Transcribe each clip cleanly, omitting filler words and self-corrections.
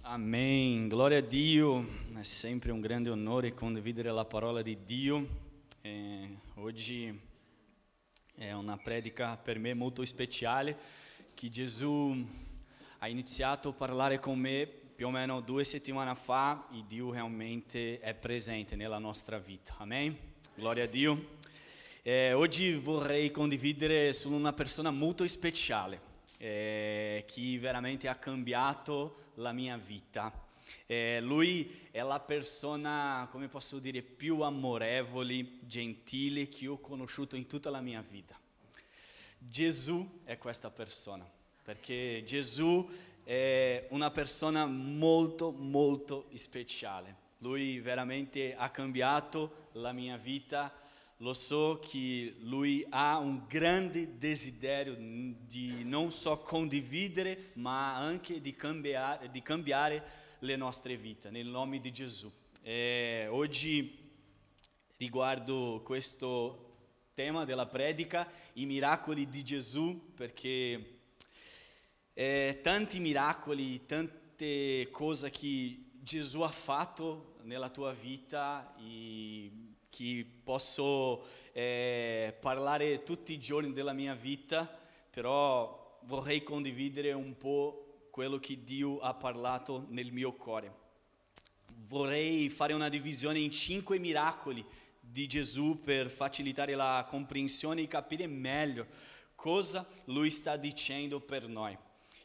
Amém, glória a Dio, è sempre un grande onore condividere la parola di Dio. Oggi è una predica per me molto speciale che Gesù ha iniziato a parlare con me più o meno 2 settimane fa e Dio realmente è presente nella nostra vita. Amém? Glória a Dio. Oggi vorrei condividere su una persona molto speciale. Che veramente ha cambiato la mia vita. Lui è la persona, come posso dire, più amorevole, gentile che ho conosciuto in tutta la mia vita. Gesù è questa persona, perché Gesù è una persona molto, molto speciale. Lui veramente ha cambiato la mia vita. Lo so che lui ha un grande desiderio di non solo condividere, ma anche di cambiare le nostre vite, nel nome di Gesù. Oggi riguardo questo tema della predica, i miracoli di Gesù, perché tanti miracoli, tante cose che Gesù ha fatto nella tua vita e che posso parlare tutti i giorni della mia vita, però vorrei condividere un po' quello che Dio ha parlato nel mio cuore. Vorrei fare una divisione in 5 miracoli di Gesù per facilitare la comprensione e capire meglio cosa Lui sta dicendo per noi.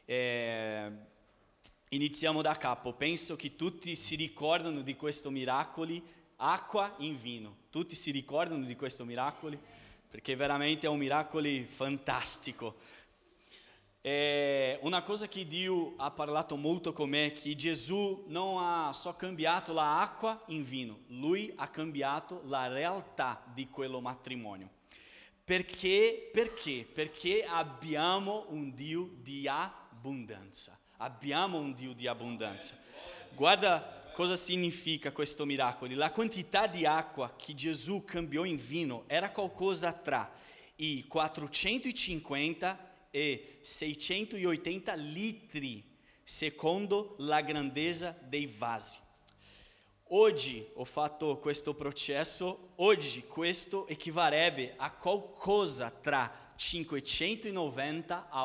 Iniziamo da capo. Penso che tutti si ricordano di questi miracoli. Acqua in vino, tutti si ricordano di questo miracolo perché veramente è un miracolo fantastico. Una cosa che Dio ha parlato molto con me è che Gesù non ha solo cambiato l'acqua in vino, Lui ha cambiato la realtà di quello matrimonio. Perché? Perché abbiamo un Dio di abbondanza. Abbiamo un Dio di abbondanza. Guarda cosa significa questo miracolo. La quantità di acqua che Gesù cambiò in vino era qualcosa tra i 450 e 680 litri, secondo la grandezza dei vasi. Oggi ho fatto questo processo, oggi questo equivalerebbe a qualcosa tra 590 a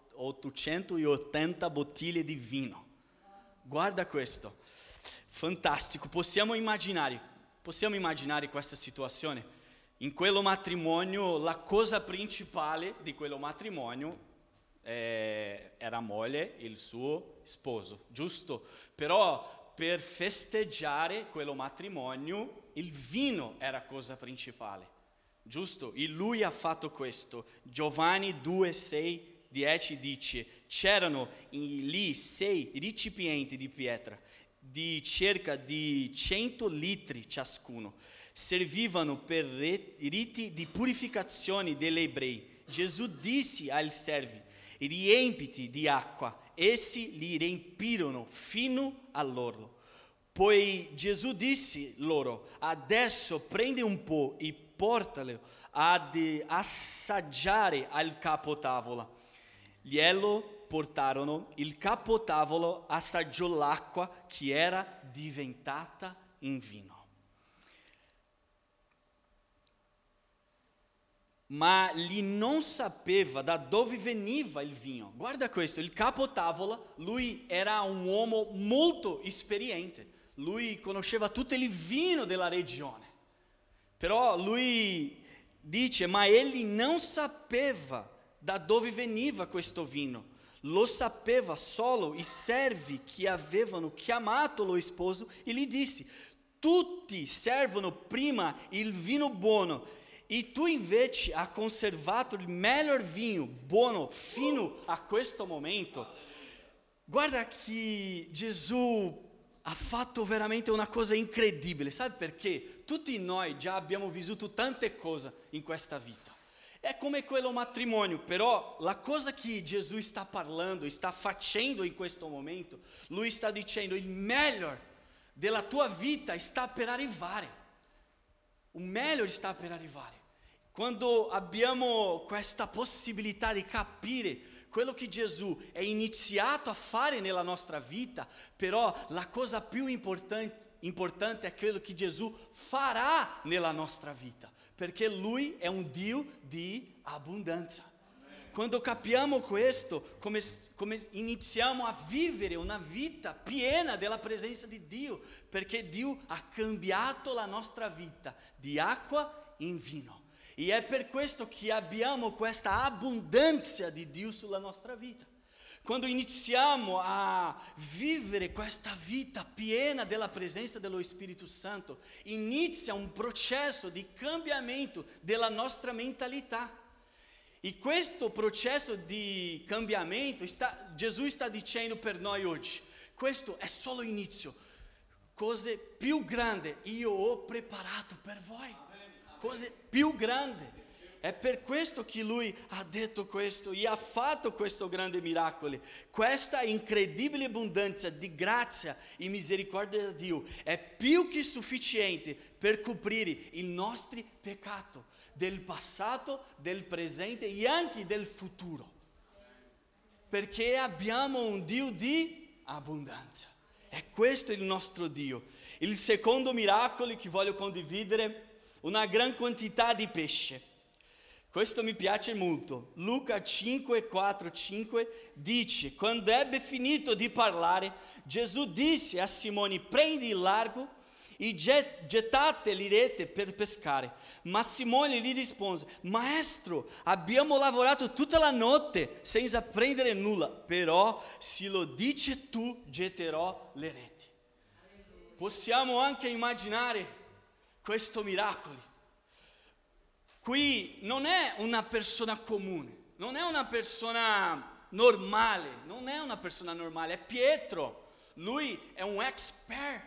880 bottiglie di vino. Guarda questo. Fantastico, possiamo immaginare questa situazione. In quello matrimonio, la cosa principale di quello matrimonio era moglie e il suo sposo, giusto? Però per festeggiare quello matrimonio, il vino era cosa principale, giusto? E lui ha fatto questo. Giovanni 2, 6, 10 dice: c'erano lì 6 recipienti di pietra di circa di 100 litri ciascuno, servivano per riti di purificazione degli ebrei. Gesù disse ai servi: riempiti di acqua. Essi li riempirono fino all'orlo. Poi Gesù disse loro: adesso prendi un po' e portalo ad assaggiare al capotavola. Glielo portarono, il capotavolo assaggiò l'acqua che era diventata in vino. Ma lui non sapeva da dove veniva il vino. Guarda questo, il capotavola, lui era un uomo molto esperiente. Lui conosceva tutto il vino della regione. Però lui dice, ma egli non sapeva da dove veniva questo vino. Lo sapeva solo i servi che avevano chiamato lo sposo e gli disse: tutti servono prima il vino buono e tu invece hai conservato il miglior vino buono fino a questo momento. Guarda che Gesù ha fatto veramente una cosa incredibile. Sai perché? Tutti noi già abbiamo vissuto tante cose in questa vita. È come quello matrimonio, però la cosa che Gesù sta parlando, sta facendo in questo momento, lui sta dicendo: il meglio della tua vita sta per arrivare. Il meglio sta per arrivare. Quando abbiamo questa possibilità di capire quello che Gesù è iniziato a fare nella nostra vita, però la cosa più importante è quello che Gesù farà nella nostra vita, perché Lui è un Dio di abbondanza. Quando capiamo questo, come iniziamo a vivere una vita piena della presenza di Dio, perché Dio ha cambiato la nostra vita di acqua in vino. E è per questo che abbiamo questa abbondanza di Dio sulla nostra vita. Quando iniziamo a vivere questa vita piena della presenza dello Spirito Santo, inizia un processo di cambiamento della nostra mentalità. E questo processo di cambiamento, Gesù sta dicendo per noi oggi, questo è solo l'inizio, cose più grandi io ho preparato per voi, cose più grandi. È per questo che Lui ha detto questo e ha fatto questo grande miracolo. Questa incredibile abbondanza di grazia e misericordia di Dio è più che sufficiente per coprire i nostri peccati del passato, del presente e anche del futuro. Perché abbiamo un Dio di abbondanza. E questo è il nostro Dio. Il secondo miracolo che voglio condividere, una gran quantità di pesce. Questo mi piace molto. Luca 5, 4, 5 dice: quando ebbe finito di parlare, Gesù disse a Simone: prendi il largo e gettate le rete per pescare. Ma Simone gli rispose: Maestro, abbiamo lavorato tutta la notte senza prendere nulla, però se lo dici tu getterò le reti. Possiamo anche immaginare questo miracolo. Qui non è una persona comune, non è una persona normale, è Pietro. Lui è un expert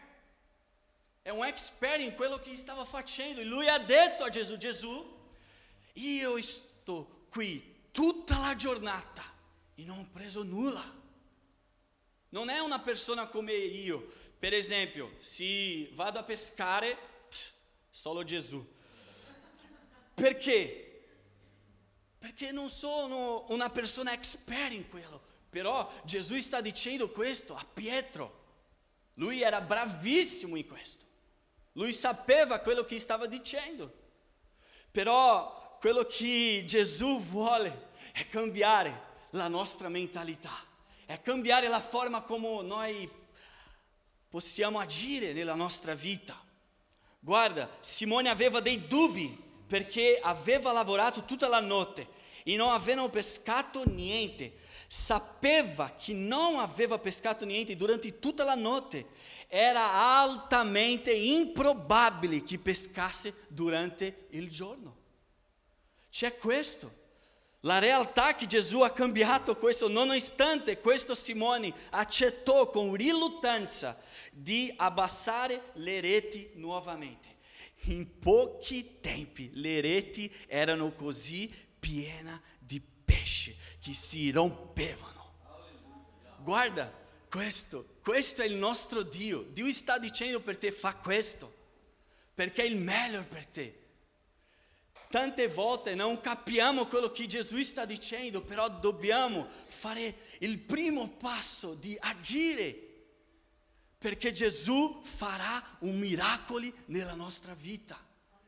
in quello che stava facendo. E lui ha detto a Gesù: Gesù, io sto qui tutta la giornata e non ho preso nulla. Non è una persona come io. Per esempio, se vado a pescare, solo Gesù. Perché? Perché non sono una persona expert in quello. Però Gesù sta dicendo questo a Pietro. Lui era bravissimo in questo. Lui sapeva quello che stava dicendo. Però quello che Gesù vuole è cambiare la nostra mentalità. È cambiare la forma come noi possiamo agire nella nostra vita. Guarda, Simone aveva dei dubbi perché aveva lavorato tutta la notte e non avevano pescato niente. Sapeva che non aveva pescato niente durante tutta la notte. Era altamente improbabile che pescasse durante il giorno. C'è questo. La realtà che Gesù ha cambiato questo, nonostante questo Simone accettò con riluttanza di abbassare le reti nuovamente. In pochi tempi le reti erano così piene di pesce che si rompevano. Guarda, questo è il nostro Dio. Dio sta dicendo per te: fa questo, perché è il meglio per te. Tante volte non capiamo quello che Gesù sta dicendo, però dobbiamo fare il primo passo di agire, perché Gesù farà un miracolo nella nostra vita.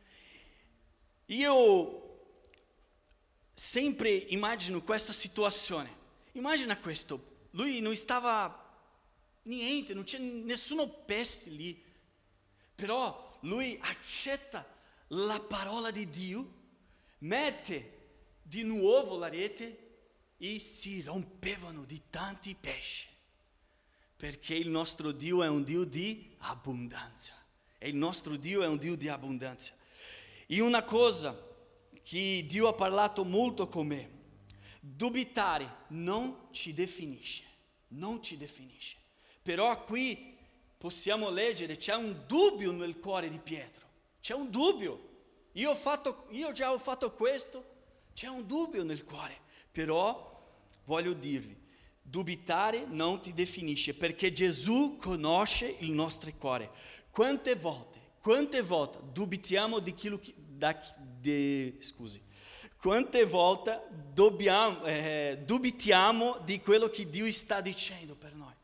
Io sempre immagino questa situazione. Immagina questo: lui non stava niente, non c'è nessuno pesce lì, però lui accetta la parola di Dio, mette di nuovo la rete e si rompevano di tanti pesci. Perché il nostro Dio è un Dio di abbondanza. E il nostro Dio è un Dio di abbondanza. E una cosa che Dio ha parlato molto con me: dubitare non ci definisce. Non ci definisce. Però qui possiamo leggere, c'è un dubbio nel cuore di Pietro. C'è un dubbio. Io già ho fatto questo. C'è un dubbio nel cuore. Però voglio dirvi: dubitare non ti definisce, perché Gesù conosce il nostro cuore. Quante volte dubitiamo di quello che Quante volte dubitiamo di quello che Dio sta dicendo per noi?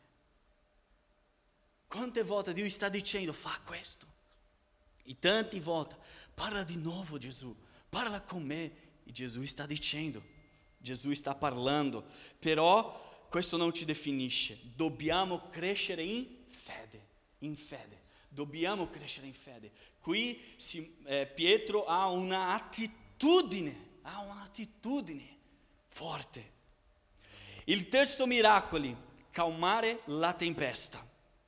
Quante volte Dio sta dicendo fa questo? E tante volte parla di nuovo Gesù, parla con me e Gesù sta dicendo, Gesù sta parlando, però questo non ci definisce, dobbiamo crescere in fede, dobbiamo crescere in fede. Qui Pietro ha un'attitudine forte. Il terzo miracolo, calmare la tempesta.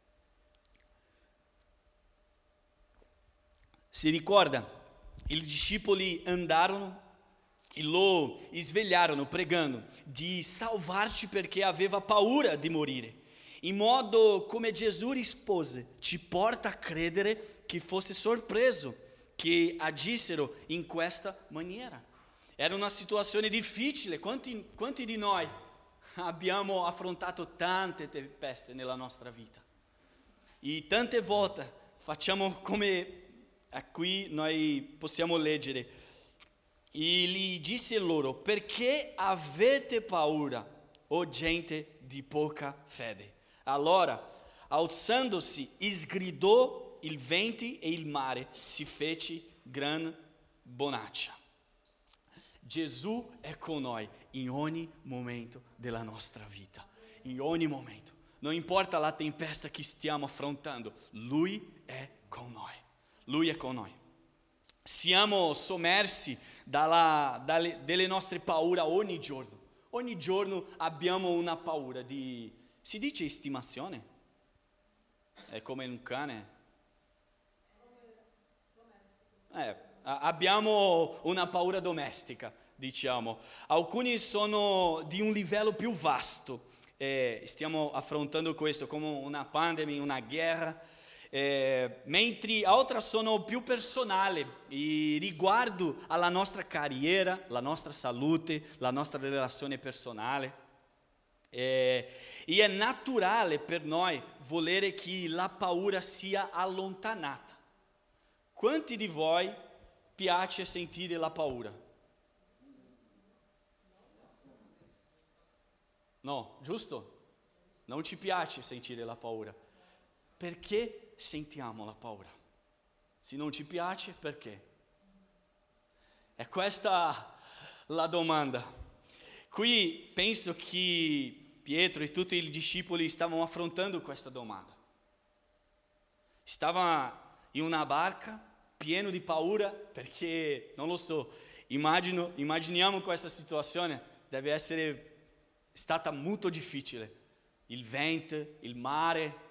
Si ricorda, i discepoli andarono e lo svegliarono pregando di salvarci perché aveva paura di morire. In modo come Gesù rispose, ci porta a credere che fosse sorpreso che agissero in questa maniera. Era una situazione difficile. Quanti di noi abbiamo affrontato tante tempeste nella nostra vita? E tante volte facciamo come qui noi possiamo leggere. E gli disse loro, perché avete paura, o gente di poca fede? Allora, alzandosi, sgridò il vento e il mare si fece gran bonaccia. Gesù è con noi in ogni momento della nostra vita, in ogni momento. Non importa la tempesta che stiamo affrontando, Lui è con noi. Lui è con noi. Siamo sommersi dalle nostre paure ogni giorno. Ogni giorno abbiamo una paura di... Si dice estimazione? È come un cane. Abbiamo una paura domestica, diciamo. Alcuni sono di un livello più vasto. Stiamo affrontando questo come una pandemia, una guerra. Mentre altre sono più personali e riguardo alla nostra carriera, la nostra salute, la nostra relazione personale. E è naturale per noi volere che la paura sia allontanata. Quanti di voi piace sentire la paura? No, giusto? Non ci piace sentire la paura. Perché sentiamo la paura? Se non ci piace, perché? È questa la domanda. Qui penso che Pietro e tutti i discepoli stavano affrontando questa domanda. Stavano in una barca pieno di paura perché, non lo so, immaginiamo questa situazione, deve essere stata molto difficile. Il vento, il mare.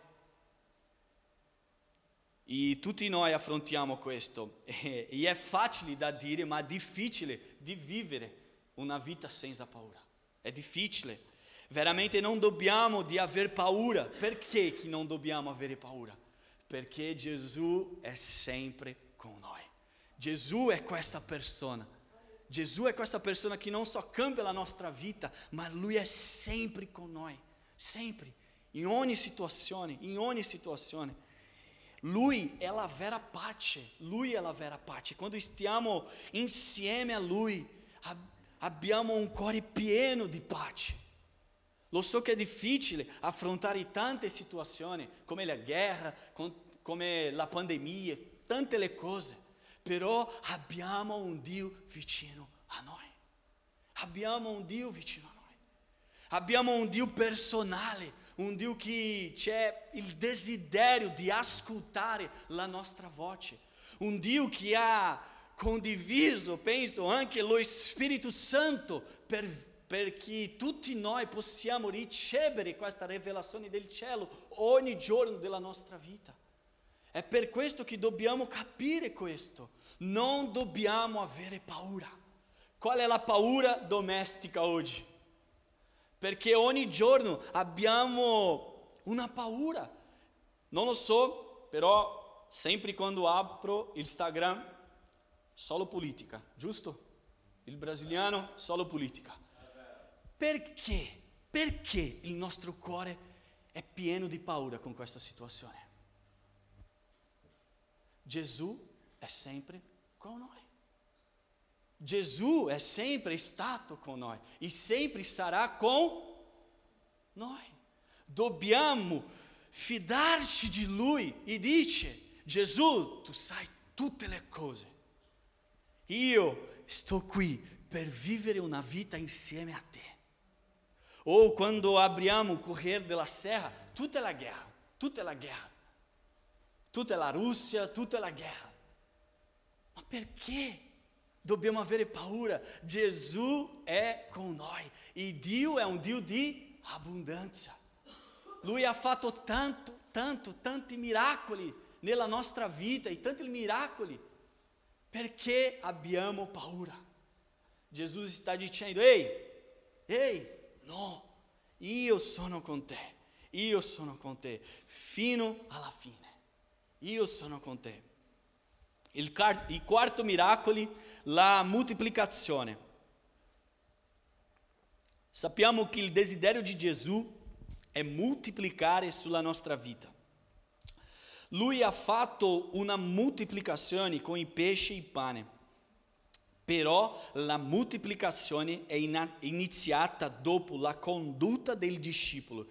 E tutti noi affrontiamo questo e è facile da dire ma difficile di vivere una vita senza paura. È difficile, veramente non dobbiamo di aver paura. Perché che non dobbiamo avere paura? Perché Gesù è sempre con noi. Gesù è questa persona che non solo cambia la nostra vita, ma Lui è sempre con noi, sempre, in ogni situazione. Lui è la vera pace, Quando stiamo insieme a Lui, abbiamo un cuore pieno di pace. Lo so che è difficile affrontare tante situazioni, come la guerra, come la pandemia, tante le cose, però abbiamo un Dio vicino a noi. Abbiamo un Dio personale, un Dio che c'è il desiderio di ascoltare la nostra voce, un Dio che ha condiviso, penso, anche lo Spirito Santo perché tutti noi possiamo ricevere questa rivelazione del cielo ogni giorno della nostra vita. È per questo che dobbiamo capire questo, non dobbiamo avere paura. Qual è la paura domestica oggi? Perché ogni giorno abbiamo una paura. Non lo so, però sempre quando apro Instagram, solo politica, giusto? Il brasiliano, solo politica. Perché? Perché il nostro cuore è pieno di paura con questa situazione? Gesù è sempre con noi. Gesù è sempre stato con noi e sempre sarà con noi. Dobbiamo fidarci di Lui e dice: Gesù, tu sai tutte le cose. Io sto qui per vivere una vita insieme a te. O quando apriamo il Corriere della Sera, tutta è la guerra, tutta è la guerra. Tutta è la Russia, tutta è la guerra. Ma perché dobbiamo avere paura? Gesù è con noi e Dio è un Dio di abbondanza. Lui ha fatto tanti miracoli nella nostra vita e tanti miracoli. Perché abbiamo paura? Gesù sta dicendo: ehi, no, io sono con te fino alla fine. Io sono con te. Il quarto miracolo, la moltiplicazione. Sappiamo che il desiderio di Gesù è moltiplicare sulla nostra vita. Lui ha fatto una moltiplicazione con i pesci e il pane, però la moltiplicazione è iniziata dopo la condotta del discepolo,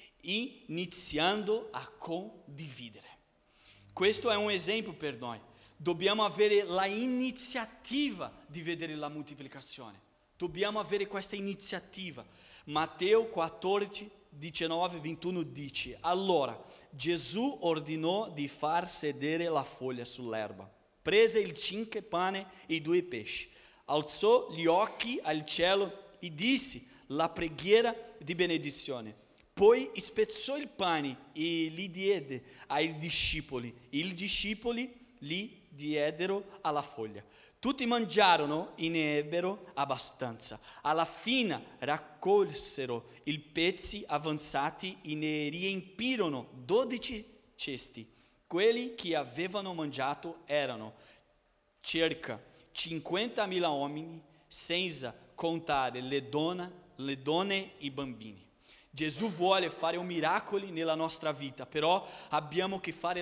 iniziando a condividere. Questo è un esempio per noi. Dobbiamo avere la iniziativa di vedere la moltiplicazione. Dobbiamo avere questa iniziativa. Matteo 14, 19, 21 dice: allora Gesù ordinò di far sedere la foglia sull'erba, prese il 5 pane e 2 pesci, alzò gli occhi al cielo e disse la preghiera di benedizione. Poi spezzò il pane e li diede ai discepoli, e i discepoli li diedero alla foglia. Tutti mangiarono e ne ebbero abbastanza. Alla fine raccolsero i pezzi avanzati e ne riempirono 12 cesti. Quelli che avevano mangiato erano circa 50.000 uomini, senza contare le donne e i bambini. Gesù vuole fare un miracolo nella nostra vita, però dobbiamo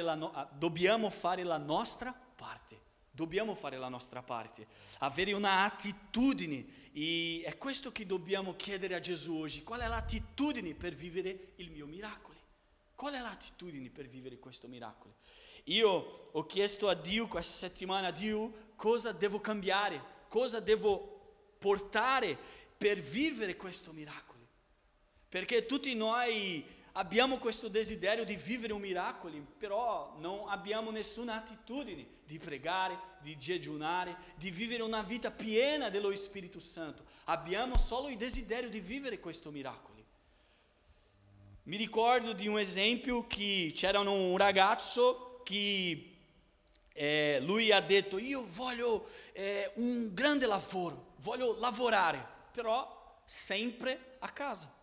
fare la nostra parte. Dobbiamo fare la nostra parte, avere una attitudine, e è questo che dobbiamo chiedere a Gesù oggi. Qual è l'attitudine per vivere il mio miracolo? Qual è l'attitudine per vivere questo miracolo? Io ho chiesto a Dio questa settimana: Dio, cosa devo cambiare? Cosa devo portare per vivere questo miracolo? Perché tutti noi abbiamo questo desiderio di vivere un miracolo, però non abbiamo nessuna attitudine di pregare, di digiunare, di vivere una vita piena dello Spirito Santo. Abbiamo solo il desiderio di vivere questo miracolo. Mi ricordo di un esempio che c'era un ragazzo che lui ha detto: io voglio un grande lavoro, voglio lavorare, però sempre a casa.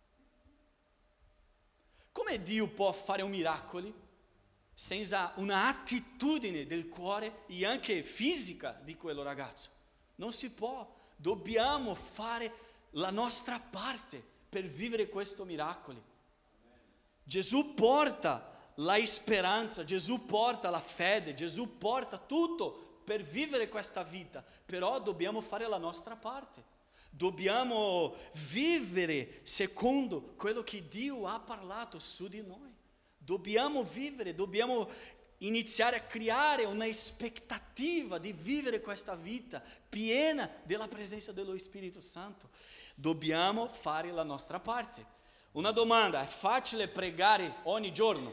Come Dio può fare un miracolo senza una attitudine del cuore e anche fisica di quello ragazzo? Non si può. Dobbiamo fare la nostra parte per vivere questo miracolo. Gesù porta la speranza, Gesù porta la fede, Gesù porta tutto per vivere questa vita, però dobbiamo fare la nostra parte. Dobbiamo vivere secondo quello che Dio ha parlato su di noi. Dobbiamo vivere, dobbiamo iniziare a creare un'aspettativa di vivere questa vita piena della presenza dello Spirito Santo. Dobbiamo fare la nostra parte. Una domanda: è facile pregare ogni giorno?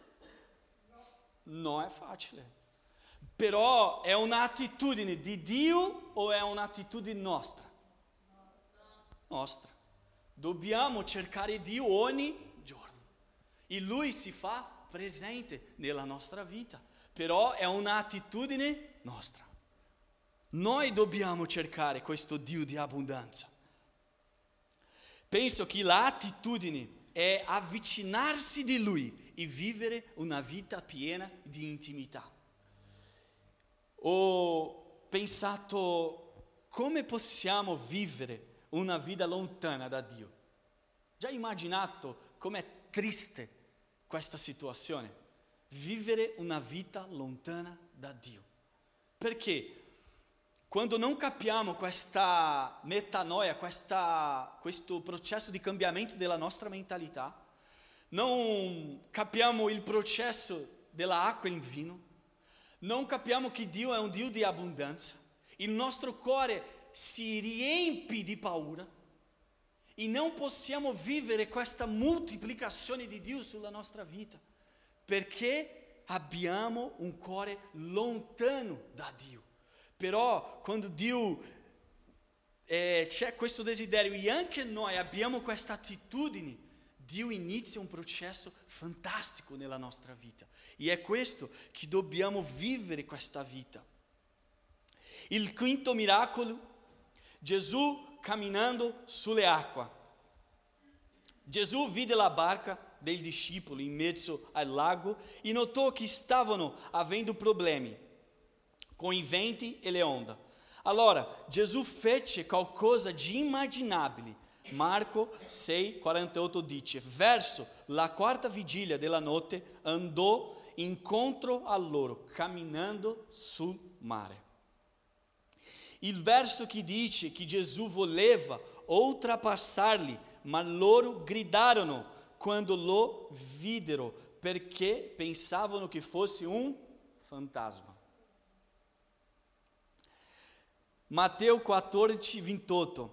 Non è facile. Però è un'attitudine di Dio o è un'attitudine nostra? Nostra. Dobbiamo cercare Dio ogni giorno e Lui si fa presente nella nostra vita, però è un'attitudine nostra. Noi dobbiamo cercare questo Dio di abbondanza. Penso che l'attitudine è avvicinarsi di Lui e vivere una vita piena di intimità. Ho pensato: come possiamo vivere una vita lontana da Dio? Già immaginato com'è triste questa situazione? Vivere una vita lontana da Dio. Perché? quando non capiamo questa metanoia, questo processo di cambiamento della nostra mentalità, non capiamo il processo dell'acqua in vino, non capiamo che Dio è un Dio di abbondanza, il nostro cuore si riempie di paura e non possiamo vivere questa moltiplicazione di Dio sulla nostra vita, perché abbiamo un cuore lontano da Dio. Però quando Dio c'è questo desiderio e anche noi abbiamo questa attitudine, Dio inizia un processo fantastico nella nostra vita. E è questo che dobbiamo vivere questa vita. Il quinto miracolo, Gesù camminando sulle acque. Gesù vide la barca dei discepoli in mezzo al lago e notò che stavano avendo problemi com i venti e le onde. Allora Gesù fece qualcosa di immaginabile. Marco 6,48 dice: verso la quarta vigilia della notte andò incontro a loro, camminando sul mare. Il verso che dice che Gesù voleva ultrapassarli, ma loro gridarono quando lo videro, perché pensavano che fosse un fantasma. Matteo 14,28.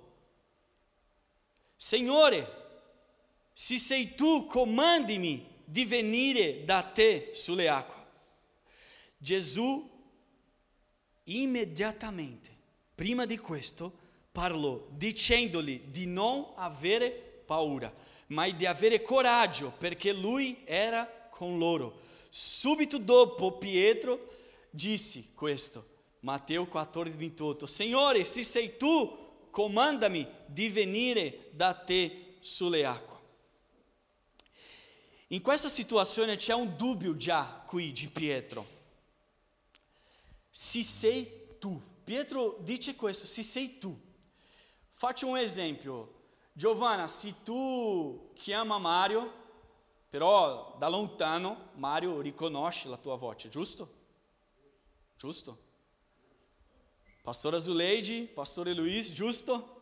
Signore, se sei tu, comandami di venire da te sulle acque. Gesù immediatamente, prima di questo, parlò dicendogli di non avere paura, ma di avere coraggio, perché lui era con loro. Subito dopo Pietro disse questo. Matteo 14,28. Signore, se sei tu, comandami di venire da te sulle acque. In questa situazione c'è un dubbio già qui di Pietro. Se sei tu. Pietro dice questo, se sei tu. Faccio un esempio. Giovanna, se tu chiama Mario, però da lontano Mario riconosce la tua voce, giusto? Giusto? Pastora Zuleide, Pastore Luiz, giusto?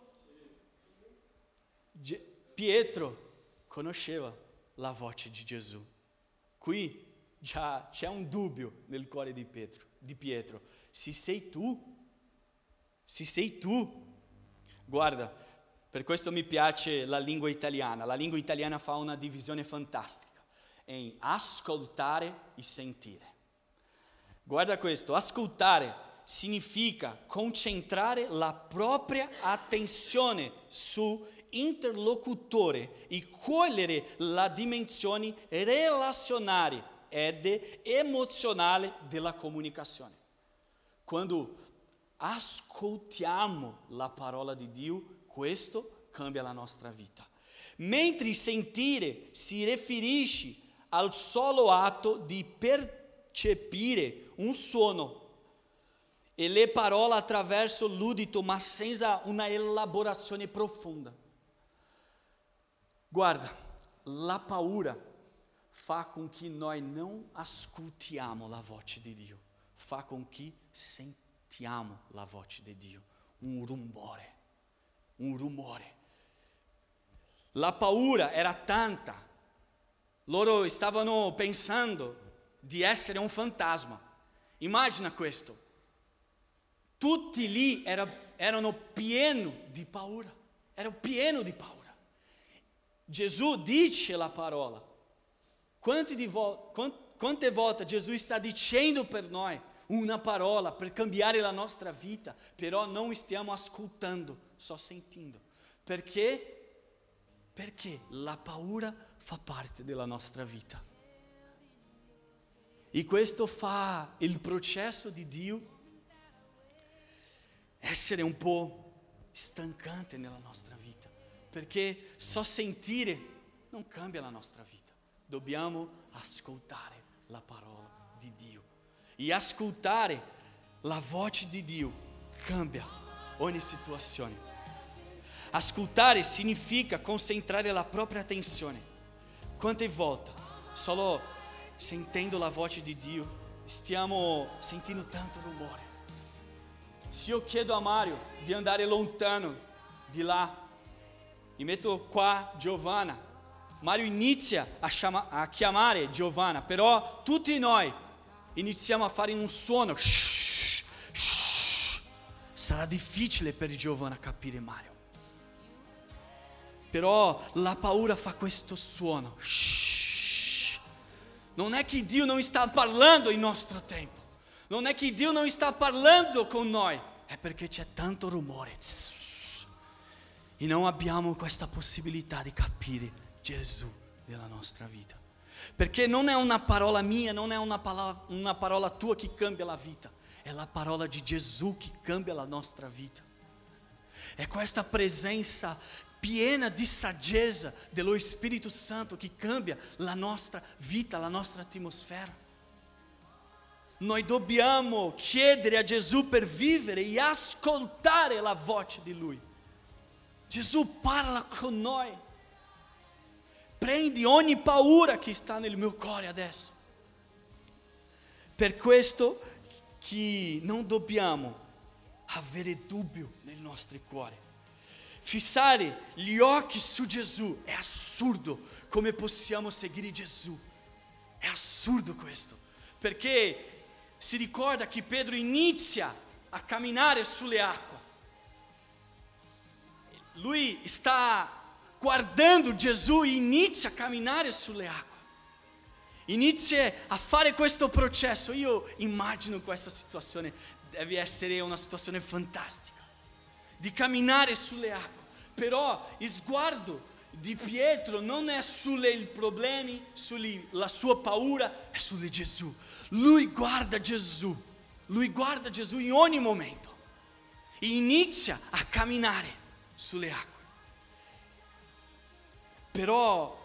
Pietro conosceva la voce di Gesù. Qui già c'è un dubbio nel cuore di Pietro. Se sei tu, guarda, per questo mi piace la lingua italiana. La lingua italiana fa una divisione fantastica in ascoltare e sentire. Guarda questo, ascoltare significa concentrare la propria attenzione su interlocutore e cogliere la dimensione relazionale ed emozionale della comunicazione. Quando ascoltiamo la parola di Dio, questo cambia la nostra vita. Mentre sentire si riferisce al solo atto di percepire un suono e le parole attraverso l'udito, ma senza una elaborazione profonda. Guarda, la paura fa con che noi non ascoltiamo la voce di Dio, fa con che sentiamo la voce di Dio, un rumore. La paura era tanta, loro stavano pensando di essere un fantasma. Immagina questo. Tutti lì erano pieni di paura, Gesù dice la parola. Quante volte Gesù sta dicendo per noi una parola per cambiare la nostra vita, però non stiamo ascoltando, solo sentendo. Perché? Perché la paura fa parte della nostra vita. E questo fa il processo di Dio essere un po' stancante nella nostra vita, perché solo sentire non cambia la nostra vita. Dobbiamo ascoltare la parola di Dio. E ascoltare la voce di Dio cambia ogni situazione. Ascoltare significa concentrare la propria attenzione. Quante volte, solo sentendo la voce di Dio, stiamo sentendo tanto rumore. se io chiedo a Mario di andare lontano di là e metto qua Giovanna, Mario inizia a chiamare Giovanna, però tutti noi iniziamo a fare un suono. Sarà difficile per Giovanna capire Mario. Però la paura fa questo suono. Non è che Dio non sta parlando in nostro tempo. Non è che Dio non sta parlando con noi. È perché c'è tanto rumore. E non abbiamo questa possibilità di capire Gesù nella nostra vita. Perché non è una parola mia, non è una parola tua che cambia la vita. È la parola di Gesù che cambia la nostra vita. È questa presenza piena di saggezza dello Spirito Santo che cambia la nostra vita, la nostra atmosfera. Noi dobbiamo chiedere a Gesù per vivere e ascoltare la voce di Lui. Gesù parla con noi. Prendi ogni paura che sta nel mio cuore adesso. Per questo che non dobbiamo avere dubbio nel nostro cuore. Fissare gli occhi su Gesù è assurdo. Come possiamo seguire Gesù? È assurdo questo. Perché si ricorda che Pedro inizia a camminare sulle acque. Lui sta guardando Gesù e inizia a camminare sulle acque. Inizia a fare questo processo. Io immagino questa situazione deve essere una situazione fantastica. Di camminare sulle acque. Però il sguardo di Pietro non è sui problemi, sulla sua paura, è su Gesù. Lui guarda Gesù in ogni momento e inizia a camminare sulle acque. Però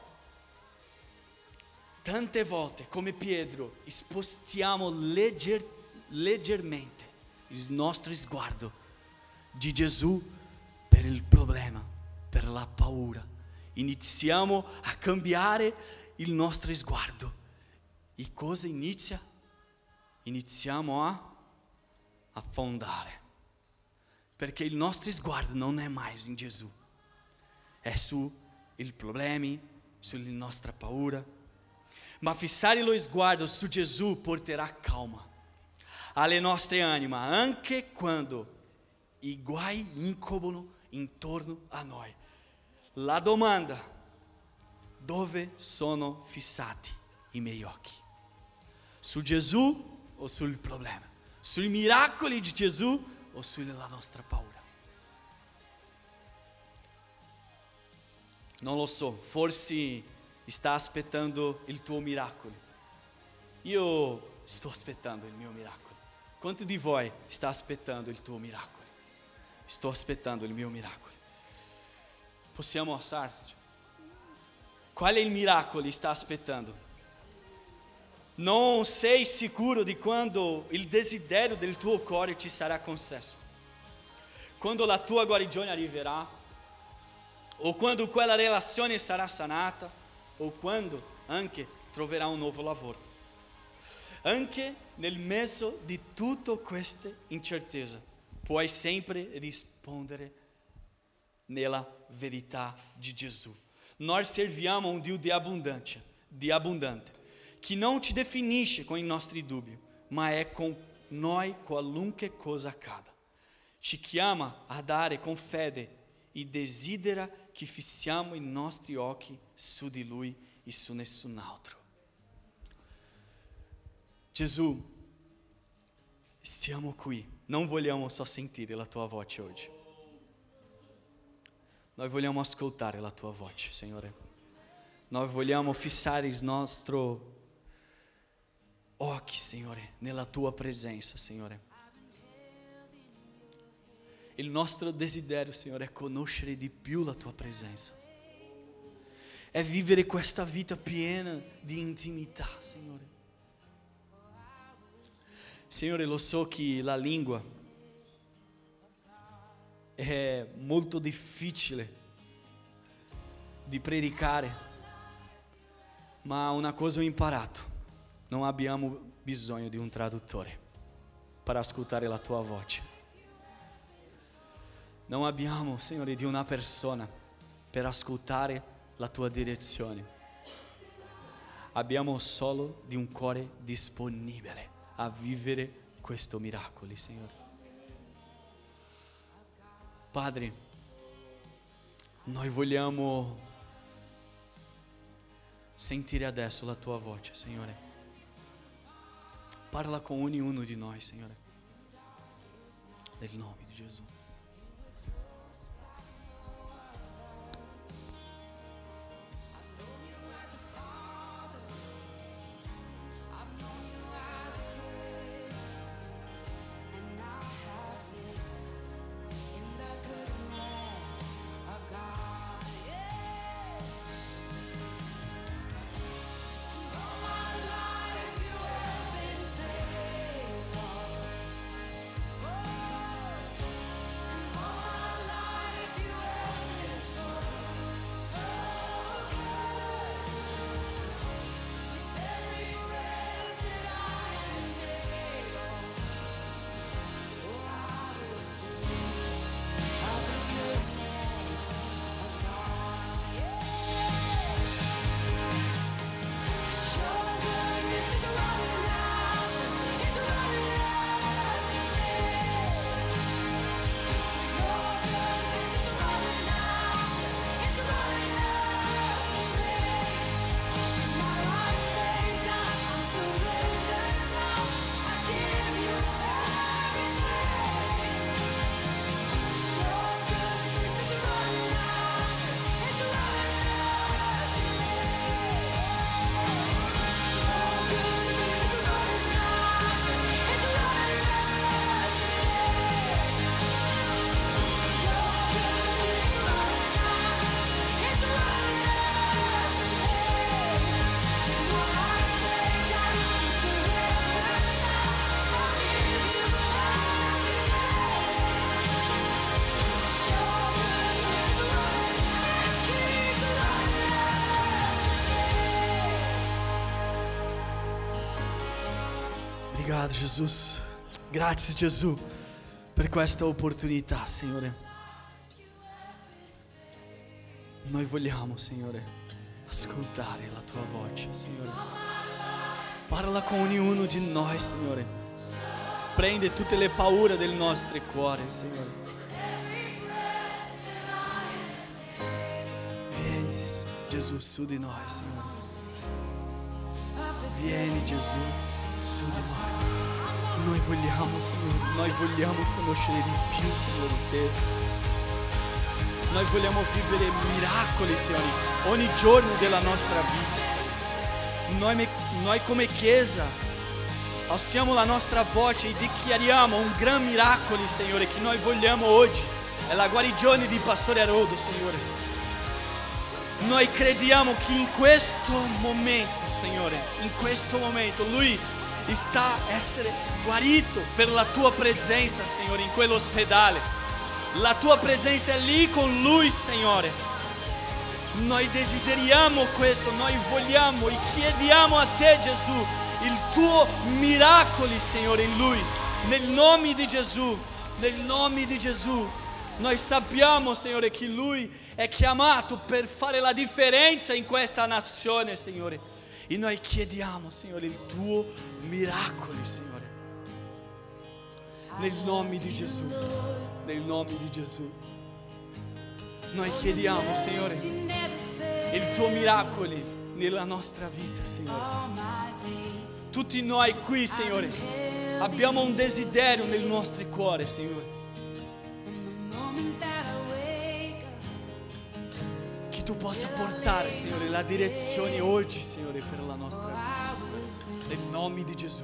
tante volte come Pietro spostiamo leggermente il nostro sguardo di Gesù per il problema, per la paura. Iniziamo a cambiare il nostro sguardo. E cosa inizia? Iniziamo a affondare. Perché il nostro sguardo non è mai in Gesù. È sui problemi, sulla nostra paura. Ma fissare lo sguardo su Gesù porterà calma alle nostre anime, anche quando i guai incubono intorno a noi. La domanda: dove sono fissati i miei occhi? Su Gesù o sul problema? Sui miracoli di Gesù o sulla nostra paura? Non lo so, forse sta aspettando il tuo miracolo. Io sto aspettando il mio miracolo. Quanti di voi sta aspettando il tuo miracolo? Sto aspettando il mio miracolo. Possiamo alzarci? Qual è il miracolo che sta aspettando? Non sei sicuro di quando il desiderio del tuo cuore ti sarà concesso. Quando la tua guarigione arriverà, o quando quella relazione sarà sanata, o quando anche troverà un nuovo lavoro. Anche nel mezzo di tutte queste incertezze, puoi sempre rispondere nella verità di Gesù. Noi serviamo un Dio di abbondante, che non ci definisce con i nostri dubbi, ma è con noi qualunque cosa accada. Ci chiama a dare con fede e desidera che fissiamo i nostri occhi su di Lui e su nessun altro. Gesù, stiamo qui, non vogliamo solo sentire la tua voce oggi. Noi vogliamo ascoltare la tua voce, Signore. Noi vogliamo fissare il nostro occhi, Signore, nella tua presenza, Signore. Il nostro desiderio, Signore, è conoscere di più la tua presenza. È vivere questa vita piena di intimità, Signore. Signore, lo so che la lingua è molto difficile di predicare, ma una cosa ho imparato: non abbiamo bisogno di un traduttore per ascoltare la tua voce. Non abbiamo, Signore, di una persona per ascoltare la tua direzione. Abbiamo solo di un cuore disponibile a vivere questo miracolo, Signore. Padre, noi vogliamo sentire adesso la tua voce, Signore. Parla con ognuno di noi, Signore. Nel nome di Gesù. Obrigado, Jesus. Grazie, Gesù, per questa opportunità, Signore. Noi vogliamo, Signore, ascoltare la tua voce, Signore. Parla con ognuno di noi, Signore. Prende tutte le paure del nostro cuore, Signore. Vieni, Gesù, su di noi, Signore. Vieni, Gesù, su di noi. Noi vogliamo, Signore, noi vogliamo conoscere di più, Signore, te. Noi vogliamo vivere miracoli, Signore, ogni giorno della nostra vita. Noi come Chiesa alziamo la nostra voce e dichiariamo un gran miracolo, Signore, che noi vogliamo oggi. È la guarigione di Pastore Haroldo, Signore. Noi crediamo che in questo momento, Signore, in questo momento Lui sta a essere guarito per la tua presenza, Signore, in quell'ospedale. La tua presenza è lì con Lui, Signore. Noi desideriamo questo, noi vogliamo e chiediamo a te, Gesù, il tuo miracolo, Signore, in Lui. Nel nome di Gesù, nel nome di Gesù. Noi sappiamo, Signore, che Lui è chiamato per fare la differenza in questa nazione, Signore. E noi chiediamo, Signore, il tuo miracolo, Signore. Nel nome di Gesù, nel nome di Gesù. Noi chiediamo, Signore, il tuo miracolo nella nostra vita, Signore. Tutti noi qui, Signore, abbiamo un desiderio nel nostro cuore, Signore. Che tu possa portare, Signore, la direzione oggi, Signore, per la nostra vita, Signore. Nel nome di Gesù.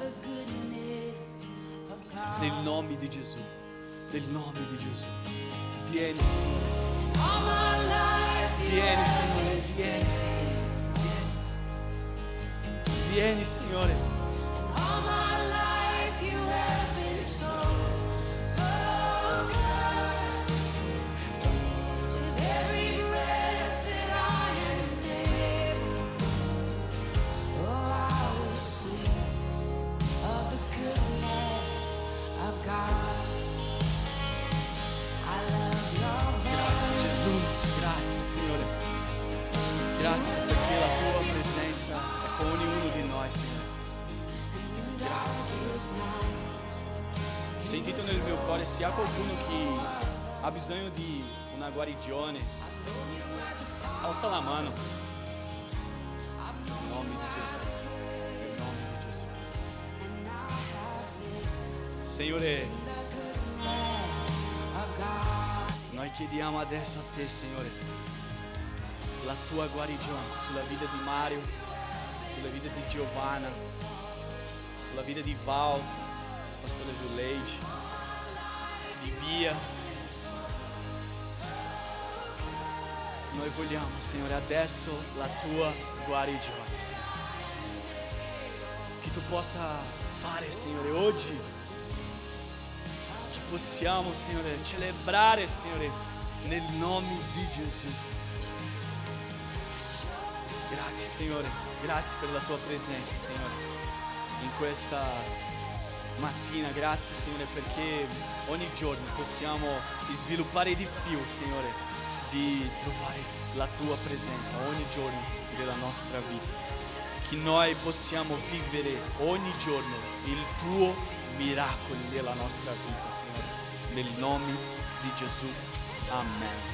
Nel nome di Gesù. Nel nome di Gesù. Vieni, Signore. Vieni, Signore. Vieni, Signore. Vieni. Vieni, Signore. I Grazie, Signore. Grazie perché la tua presenza è con ognuno di noi, Signore. Grazie, Signore. Ho sentito nel mio cuore, se ha qualcuno che ha bisogno di una guarigione, alza la mano. In nome di Gesù. In nome di Gesù. Signore, noi chiediamo adesso a te, Signore, la tua guarigione sulla vita di Mario, sulla vita di Giovanna, sulla vita di Val, Pastore Zuleide, di Bia. Noi vogliamo, Signore, adesso la tua guarigione, Signore. Che tu possa fare, Signore, oggi. Che possiamo, Signore, celebrare, Signore, nel nome di Gesù. Grazie, Signore. Grazie per la tua presenza, Signore, in questa mattina. Grazie, Signore, perché ogni giorno possiamo sviluppare di più, Signore, di trovare la tua presenza ogni giorno della nostra vita, che noi possiamo vivere ogni giorno il tuo miracolo nella nostra vita, Signore, nel nome di Gesù. Amen.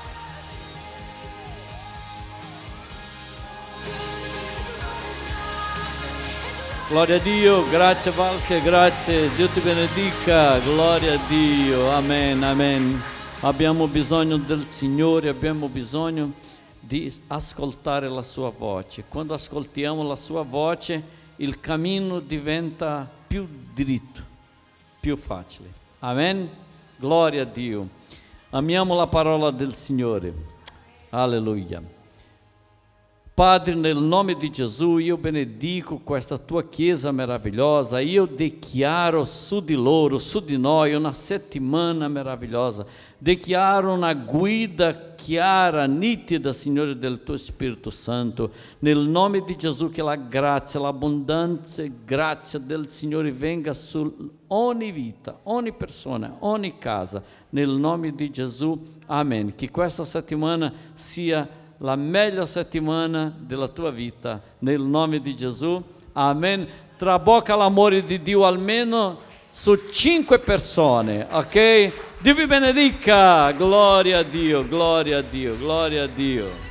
Gloria a Dio, grazie Valche, grazie, Dio ti benedica, gloria a Dio, amen, amen. Abbiamo bisogno del Signore, abbiamo bisogno di ascoltare la sua voce. Quando ascoltiamo la sua voce, il cammino diventa più dritto, più facile. Amen? Gloria a Dio. Amiamo la parola del Signore. Alleluia. Padre, nel nome di Gesù, io benedico questa tua chiesa meravigliosa, io dichiaro su di loro, su di noi, una settimana meravigliosa, dichiaro una guida chiara, nitida, Signore, del tuo Spirito Santo, nel nome di Gesù, che la grazia, l'abbondante grazia del Signore venga su ogni vita, ogni persona, ogni casa, nel nome di Gesù, amen. Che questa settimana sia la meglio settimana della tua vita, nel nome di Gesù, amen. Trabocca l'amore di Dio almeno su 5 persone, ok? Dio vi benedica, gloria a Dio, gloria a Dio, gloria a Dio.